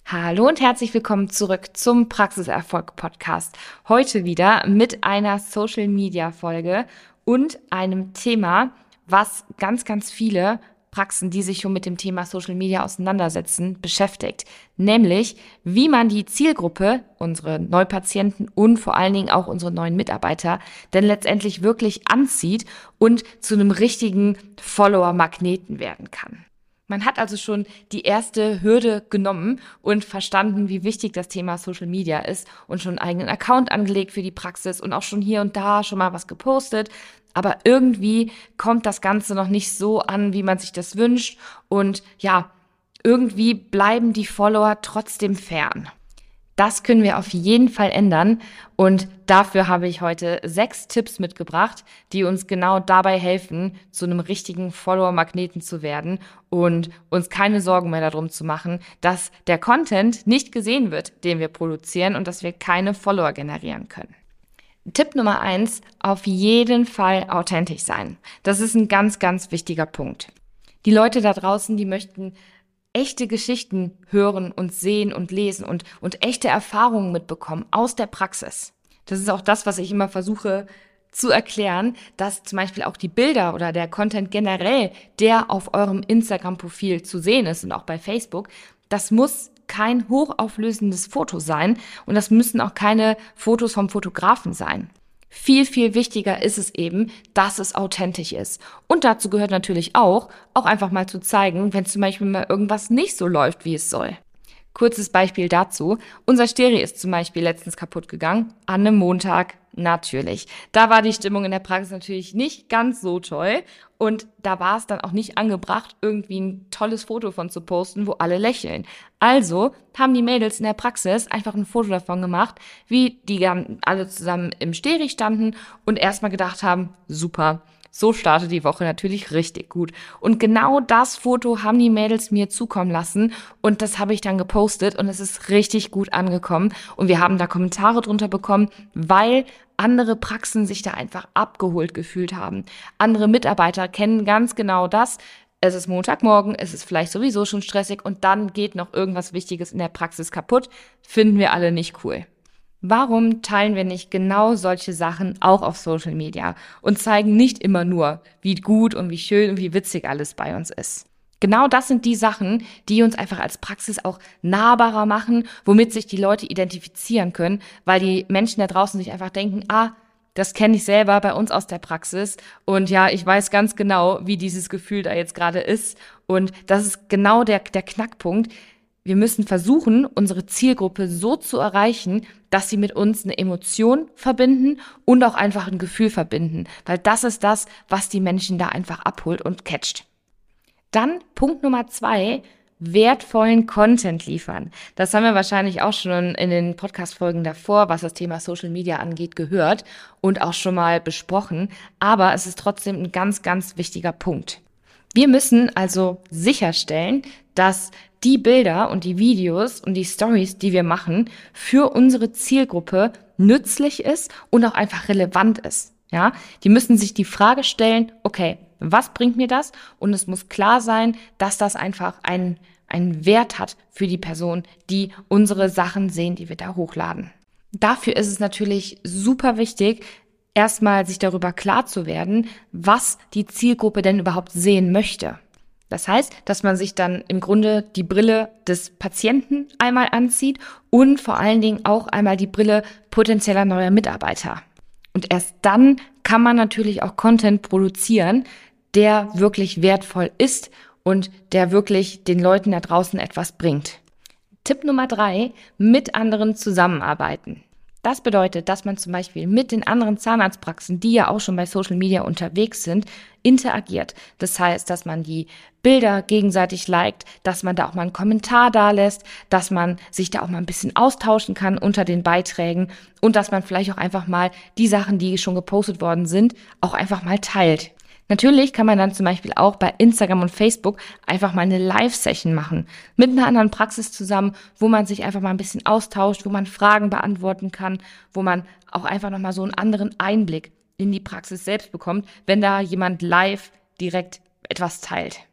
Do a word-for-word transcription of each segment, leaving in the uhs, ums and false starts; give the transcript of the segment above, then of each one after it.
Hallo und herzlich willkommen zurück zum Praxiserfolg-Podcast. Heute wieder mit einer Social-Media-Folge und einem Thema, was ganz, ganz viele Praxen, die sich schon mit dem Thema Social Media auseinandersetzen, beschäftigt. Nämlich, wie man die Zielgruppe, unsere Neupatienten und vor allen Dingen auch unsere neuen Mitarbeiter, denn letztendlich wirklich anzieht und zu einem richtigen Follower-Magneten werden kann. Man hat also schon die erste Hürde genommen und verstanden, wie wichtig das Thema Social Media ist und schon einen eigenen Account angelegt für die Praxis und auch schon hier und da schon mal was gepostet. Aber irgendwie kommt das Ganze noch nicht so an, wie man sich das wünscht. Und ja, irgendwie bleiben die Follower trotzdem fern. Das können wir auf jeden Fall ändern und dafür habe ich heute sechs Tipps mitgebracht, die uns genau dabei helfen, zu einem richtigen Follower-Magneten zu werden und uns keine Sorgen mehr darum zu machen, dass der Content nicht gesehen wird, den wir produzieren und dass wir keine Follower generieren können. Tipp Nummer eins, auf jeden Fall authentisch sein. Das ist ein ganz, ganz wichtiger Punkt. Die Leute da draußen, die möchten echte Geschichten hören und sehen und lesen und, und echte Erfahrungen mitbekommen aus der Praxis. Das ist auch das, was ich immer versuche zu erklären, dass zum Beispiel auch die Bilder oder der Content generell, der auf eurem Instagram-Profil zu sehen ist und auch bei Facebook, das muss kein hochauflösendes Foto sein und das müssen auch keine Fotos vom Fotografen sein. Viel, viel wichtiger ist es eben, dass es authentisch ist. Und dazu gehört natürlich auch, auch einfach mal zu zeigen, wenn zum Beispiel mal irgendwas nicht so läuft, wie es soll. Kurzes Beispiel dazu. Unser Stereo ist zum Beispiel letztens kaputt gegangen, an einem Montag, natürlich. Da war die Stimmung in der Praxis natürlich nicht ganz so toll und da war es dann auch nicht angebracht, irgendwie ein tolles Foto von zu posten, wo alle lächeln. Also haben die Mädels in der Praxis einfach ein Foto davon gemacht, wie die dann alle zusammen im Stereo standen und erstmal gedacht haben, super. So startet die Woche natürlich richtig gut. Und genau das Foto haben die Mädels mir zukommen lassen und das habe ich dann gepostet und es ist richtig gut angekommen und wir haben da Kommentare drunter bekommen, weil andere Praxen sich da einfach abgeholt gefühlt haben. Andere Mitarbeiter kennen ganz genau das. Es ist Montagmorgen, es ist vielleicht sowieso schon stressig und dann geht noch irgendwas Wichtiges in der Praxis kaputt. Finden wir alle nicht cool. Warum teilen wir nicht genau solche Sachen auch auf Social Media und zeigen nicht immer nur, wie gut und wie schön und wie witzig alles bei uns ist? Genau das sind die Sachen, die uns einfach als Praxis auch nahbarer machen, womit sich die Leute identifizieren können, weil die Menschen da draußen sich einfach denken, ah, das kenne ich selber bei uns aus der Praxis und ja, ich weiß ganz genau, wie dieses Gefühl da jetzt gerade ist und das ist genau der, der Knackpunkt. Wir müssen versuchen, unsere Zielgruppe so zu erreichen, dass sie mit uns eine Emotion verbinden und auch einfach ein Gefühl verbinden, weil das ist das, was die Menschen da einfach abholt und catcht. Dann Punkt Nummer zwei, wertvollen Content liefern. Das haben wir wahrscheinlich auch schon in den Podcast-Folgen davor, was das Thema Social Media angeht, gehört und auch schon mal besprochen, aber es ist trotzdem ein ganz, ganz wichtiger Punkt. Wir müssen also sicherstellen, dass die Bilder und die Videos und die Stories, die wir machen, für unsere Zielgruppe nützlich ist und auch einfach relevant ist. Ja, die müssen sich die Frage stellen, okay, was bringt mir das? Und es muss klar sein, dass das einfach einen, einen Wert hat für die Person, die unsere Sachen sehen, die wir da hochladen. Dafür ist es natürlich super wichtig, erstmal sich darüber klar zu werden, was die Zielgruppe denn überhaupt sehen möchte. Das heißt, dass man sich dann im Grunde die Brille des Patienten einmal anzieht und vor allen Dingen auch einmal die Brille potenzieller neuer Mitarbeiter. Und erst dann kann man natürlich auch Content produzieren, der wirklich wertvoll ist und der wirklich den Leuten da draußen etwas bringt. Tipp Nummer drei, mit anderen zusammenarbeiten. Das bedeutet, dass man zum Beispiel mit den anderen Zahnarztpraxen, die ja auch schon bei Social Media unterwegs sind, interagiert. Das heißt, dass man die Bilder gegenseitig liked, dass man da auch mal einen Kommentar da lässt, dass man sich da auch mal ein bisschen austauschen kann unter den Beiträgen und dass man vielleicht auch einfach mal die Sachen, die schon gepostet worden sind, auch einfach mal teilt. Natürlich kann man dann zum Beispiel auch bei Instagram und Facebook einfach mal eine Live-Session machen. Mit einer anderen Praxis zusammen, wo man sich einfach mal ein bisschen austauscht, wo man Fragen beantworten kann, wo man auch einfach nochmal so einen anderen Einblick in die Praxis selbst bekommt, wenn da jemand live direkt etwas teilt.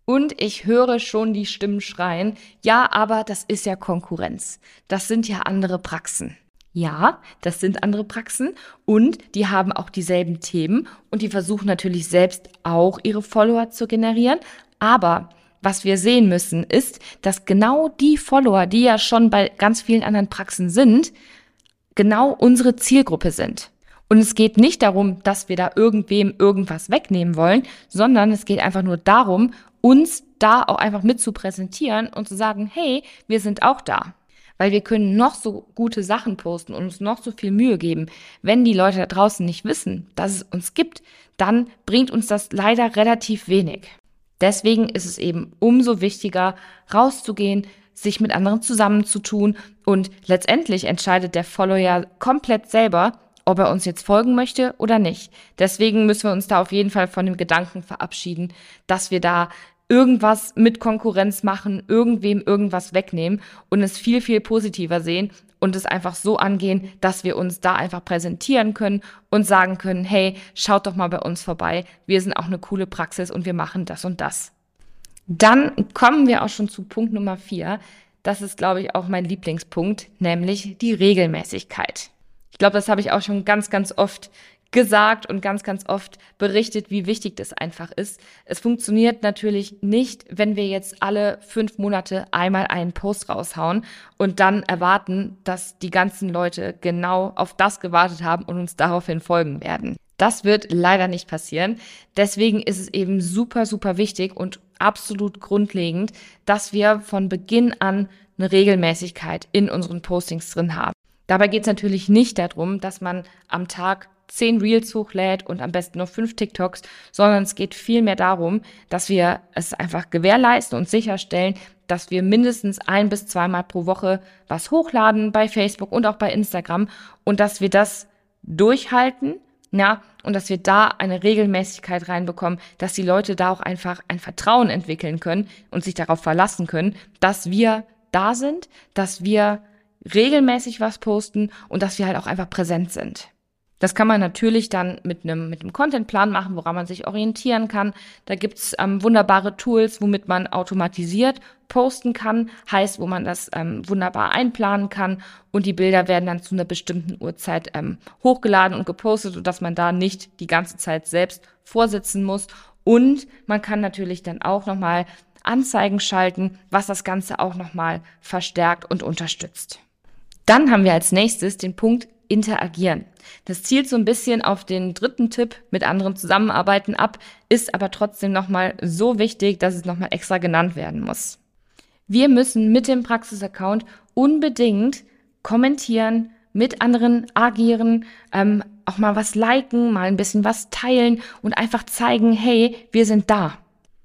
Und ich höre schon die Stimmen schreien, ja, aber das ist ja Konkurrenz. Das sind ja andere Praxen. Ja, das sind andere Praxen und die haben auch dieselben Themen und die versuchen natürlich selbst auch ihre Follower zu generieren. Aber was wir sehen müssen, ist, dass genau die Follower, die ja schon bei ganz vielen anderen Praxen sind, genau unsere Zielgruppe sind. Und es geht nicht darum, dass wir da irgendwem irgendwas wegnehmen wollen, sondern es geht einfach nur darum, uns da auch einfach mit zu präsentieren und zu sagen, hey, wir sind auch da. Weil wir können noch so gute Sachen posten und uns noch so viel Mühe geben. Wenn die Leute da draußen nicht wissen, dass es uns gibt, dann bringt uns das leider relativ wenig. Deswegen ist es eben umso wichtiger, rauszugehen, sich mit anderen zusammenzutun und letztendlich entscheidet der Follower ja komplett selber, ob er uns jetzt folgen möchte oder nicht. Deswegen müssen wir uns da auf jeden Fall von dem Gedanken verabschieden, dass wir da irgendwas mit Konkurrenz machen, irgendwem irgendwas wegnehmen und es viel, viel positiver sehen und es einfach so angehen, dass wir uns da einfach präsentieren können und sagen können, hey, schaut doch mal bei uns vorbei, wir sind auch eine coole Praxis und wir machen das und das. Dann kommen wir auch schon zu Punkt Nummer vier. Das ist, glaube ich, auch mein Lieblingspunkt, nämlich die Regelmäßigkeit. Ich glaube, das habe ich auch schon ganz, ganz oft gesagt und ganz, ganz oft berichtet, wie wichtig das einfach ist. Es funktioniert natürlich nicht, wenn wir jetzt alle fünf Monate einmal einen Post raushauen und dann erwarten, dass die ganzen Leute genau auf das gewartet haben und uns daraufhin folgen werden. Das wird leider nicht passieren. Deswegen ist es eben super, super wichtig und absolut grundlegend, dass wir von Beginn an eine Regelmäßigkeit in unseren Postings drin haben. Dabei geht es natürlich nicht darum, dass man am Tag zehn Reels hochlädt und am besten noch fünf TikToks, sondern es geht vielmehr darum, dass wir es einfach gewährleisten und sicherstellen, dass wir mindestens ein bis zweimal pro Woche was hochladen bei Facebook und auch bei Instagram und dass wir das durchhalten, ja, und dass wir da eine Regelmäßigkeit reinbekommen, dass die Leute da auch einfach ein Vertrauen entwickeln können und sich darauf verlassen können, dass wir da sind, dass wir regelmäßig was posten und dass wir halt auch einfach präsent sind. Das kann man natürlich dann mit einem mit einem Contentplan machen, woran man sich orientieren kann. Da gibt's ähm, wunderbare Tools, womit man automatisiert posten kann, heißt, wo man das ähm, wunderbar einplanen kann und die Bilder werden dann zu einer bestimmten Uhrzeit ähm, hochgeladen und gepostet, sodass man da nicht die ganze Zeit selbst vorsitzen muss. Und man kann natürlich dann auch nochmal Anzeigen schalten, was das Ganze auch nochmal verstärkt und unterstützt. Dann haben wir als nächstes den Punkt Interagieren. Das zielt so ein bisschen auf den dritten Tipp, mit anderen zusammenarbeiten, ab, ist aber trotzdem nochmal so wichtig, dass es nochmal extra genannt werden muss. Wir müssen mit dem Praxis-Account unbedingt kommentieren, mit anderen agieren, ähm, auch mal was liken, mal ein bisschen was teilen und einfach zeigen, hey, wir sind da.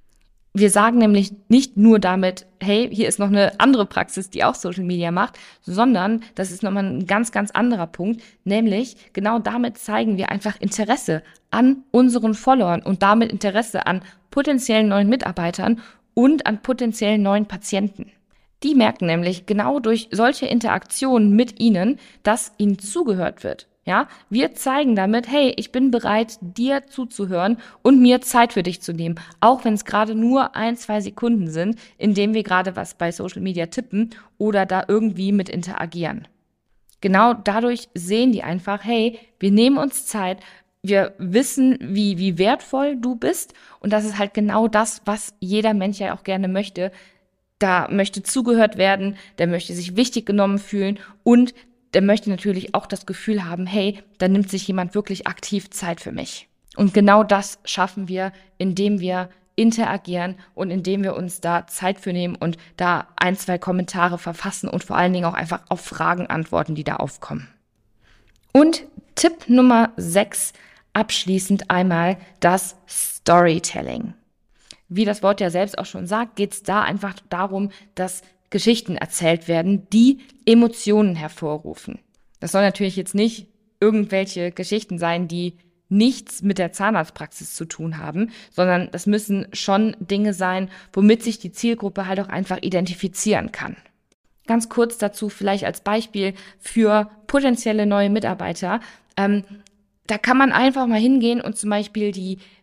Wir sagen nämlich nicht nur damit, hey, hier ist noch eine andere Praxis, die auch Social Media macht, sondern das ist nochmal ein ganz, ganz anderer Punkt, nämlich genau damit zeigen wir einfach Interesse an unseren Followern und damit Interesse an potenziellen neuen Mitarbeitern und an potenziellen neuen Patienten. Die merken nämlich genau durch solche Interaktionen mit ihnen, dass ihnen zugehört wird. Ja, wir zeigen damit, hey, ich bin bereit, dir zuzuhören und mir Zeit für dich zu nehmen, auch wenn es gerade nur ein, zwei Sekunden sind, in denen wir gerade was bei Social Media tippen oder da irgendwie mit interagieren. Genau dadurch sehen die einfach, hey, wir nehmen uns Zeit, wir wissen, wie, wie wertvoll du bist und das ist halt genau das, was jeder Mensch ja auch gerne möchte. Da möchte zugehört werden, der möchte sich wichtig genommen fühlen und der möchte natürlich auch das Gefühl haben, hey, da nimmt sich jemand wirklich aktiv Zeit für mich. Und genau das schaffen wir, indem wir interagieren und indem wir uns da Zeit für nehmen und da ein, zwei Kommentare verfassen und vor allen Dingen auch einfach auf Fragen antworten, die da aufkommen. Und Tipp Nummer sechs, abschließend einmal das Storytelling. Wie das Wort ja selbst auch schon sagt, geht es da einfach darum, dass Geschichten erzählt werden, die Emotionen hervorrufen. Das soll natürlich jetzt nicht irgendwelche Geschichten sein, die nichts mit der Zahnarztpraxis zu tun haben, sondern das müssen schon Dinge sein, womit sich die Zielgruppe halt auch einfach identifizieren kann. Ganz kurz dazu vielleicht als Beispiel für potenzielle neue Mitarbeiter. Ähm, da kann man einfach mal hingehen und zum Beispiel die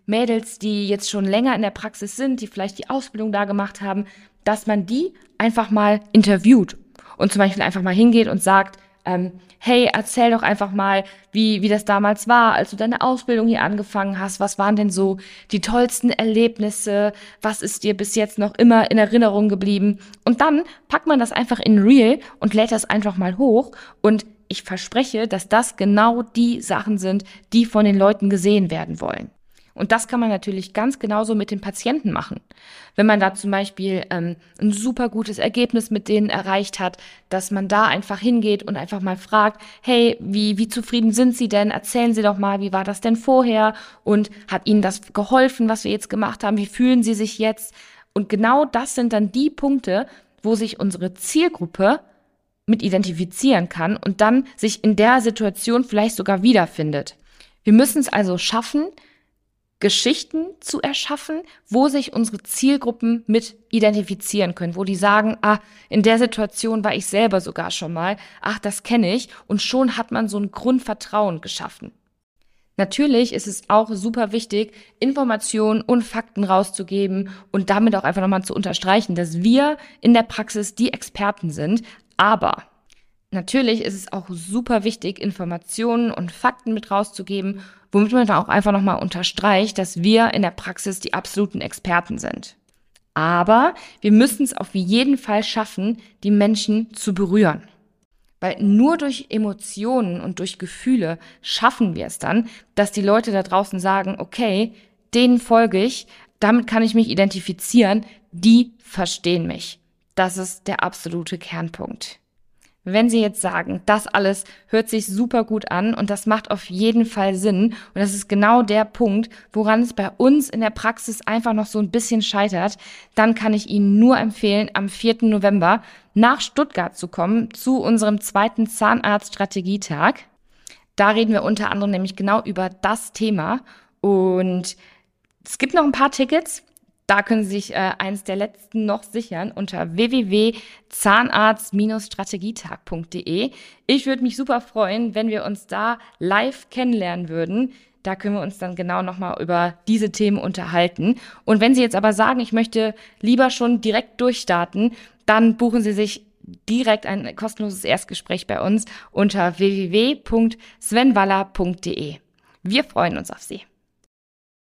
Mädels, die jetzt schon länger in der Praxis sind, die vielleicht die Ausbildung da gemacht haben, dass man die einfach mal interviewt und zum Beispiel einfach mal hingeht und sagt, ähm, hey, erzähl doch einfach mal, wie, wie das damals war, als du deine Ausbildung hier angefangen hast. Was waren denn so die tollsten Erlebnisse? Was ist dir bis jetzt noch immer in Erinnerung geblieben? Und dann packt man das einfach in Reel und lädt das einfach mal hoch. Und ich verspreche, dass das genau die Sachen sind, die von den Leuten gesehen werden wollen. Und das kann man natürlich ganz genauso mit den Patienten machen. Wenn man da zum Beispiel ähm, ein super gutes Ergebnis mit denen erreicht hat, dass man da einfach hingeht und einfach mal fragt, hey, wie, wie zufrieden sind Sie denn? Erzählen Sie doch mal, wie war das denn vorher? Und hat Ihnen das geholfen, was wir jetzt gemacht haben? Wie fühlen Sie sich jetzt? Und genau das sind dann die Punkte, wo sich unsere Zielgruppe mit identifizieren kann und dann sich in der Situation vielleicht sogar wiederfindet. Wir müssen es also schaffen, Geschichten zu erschaffen, wo sich unsere Zielgruppen mit identifizieren können, wo die sagen, ah, in der Situation war ich selber sogar schon mal, ach, das kenne ich, und schon hat man so ein Grundvertrauen geschaffen. Natürlich ist es auch super wichtig, Informationen und Fakten rauszugeben und damit auch einfach nochmal zu unterstreichen, dass wir in der Praxis die Experten sind, aber natürlich ist es auch super wichtig, Informationen und Fakten mit rauszugeben, womit man dann auch einfach nochmal unterstreicht, dass wir in der Praxis die absoluten Experten sind. Aber wir müssen es auf jeden Fall schaffen, die Menschen zu berühren. Weil nur durch Emotionen und durch Gefühle schaffen wir es dann, dass die Leute da draußen sagen, okay, denen folge ich, damit kann ich mich identifizieren, die verstehen mich. Das ist der absolute Kernpunkt. Wenn Sie jetzt sagen, das alles hört sich super gut an und das macht auf jeden Fall Sinn und das ist genau der Punkt, woran es bei uns in der Praxis einfach noch so ein bisschen scheitert, dann kann ich Ihnen nur empfehlen, am vierten November nach Stuttgart zu kommen zu unserem zweiten Zahnarzt-Strategietag. Da reden wir unter anderem nämlich genau über das Thema und es gibt noch ein paar Tickets. Da können Sie sich äh, eins der letzten noch sichern unter w w w punkt zahnarzt strategietag punkt d e. Ich würde mich super freuen, wenn wir uns da live kennenlernen würden. Da können wir uns dann genau nochmal über diese Themen unterhalten. Und wenn Sie jetzt aber sagen, ich möchte lieber schon direkt durchstarten, dann buchen Sie sich direkt ein kostenloses Erstgespräch bei uns unter w w w punkt sven waller punkt d e. Wir freuen uns auf Sie.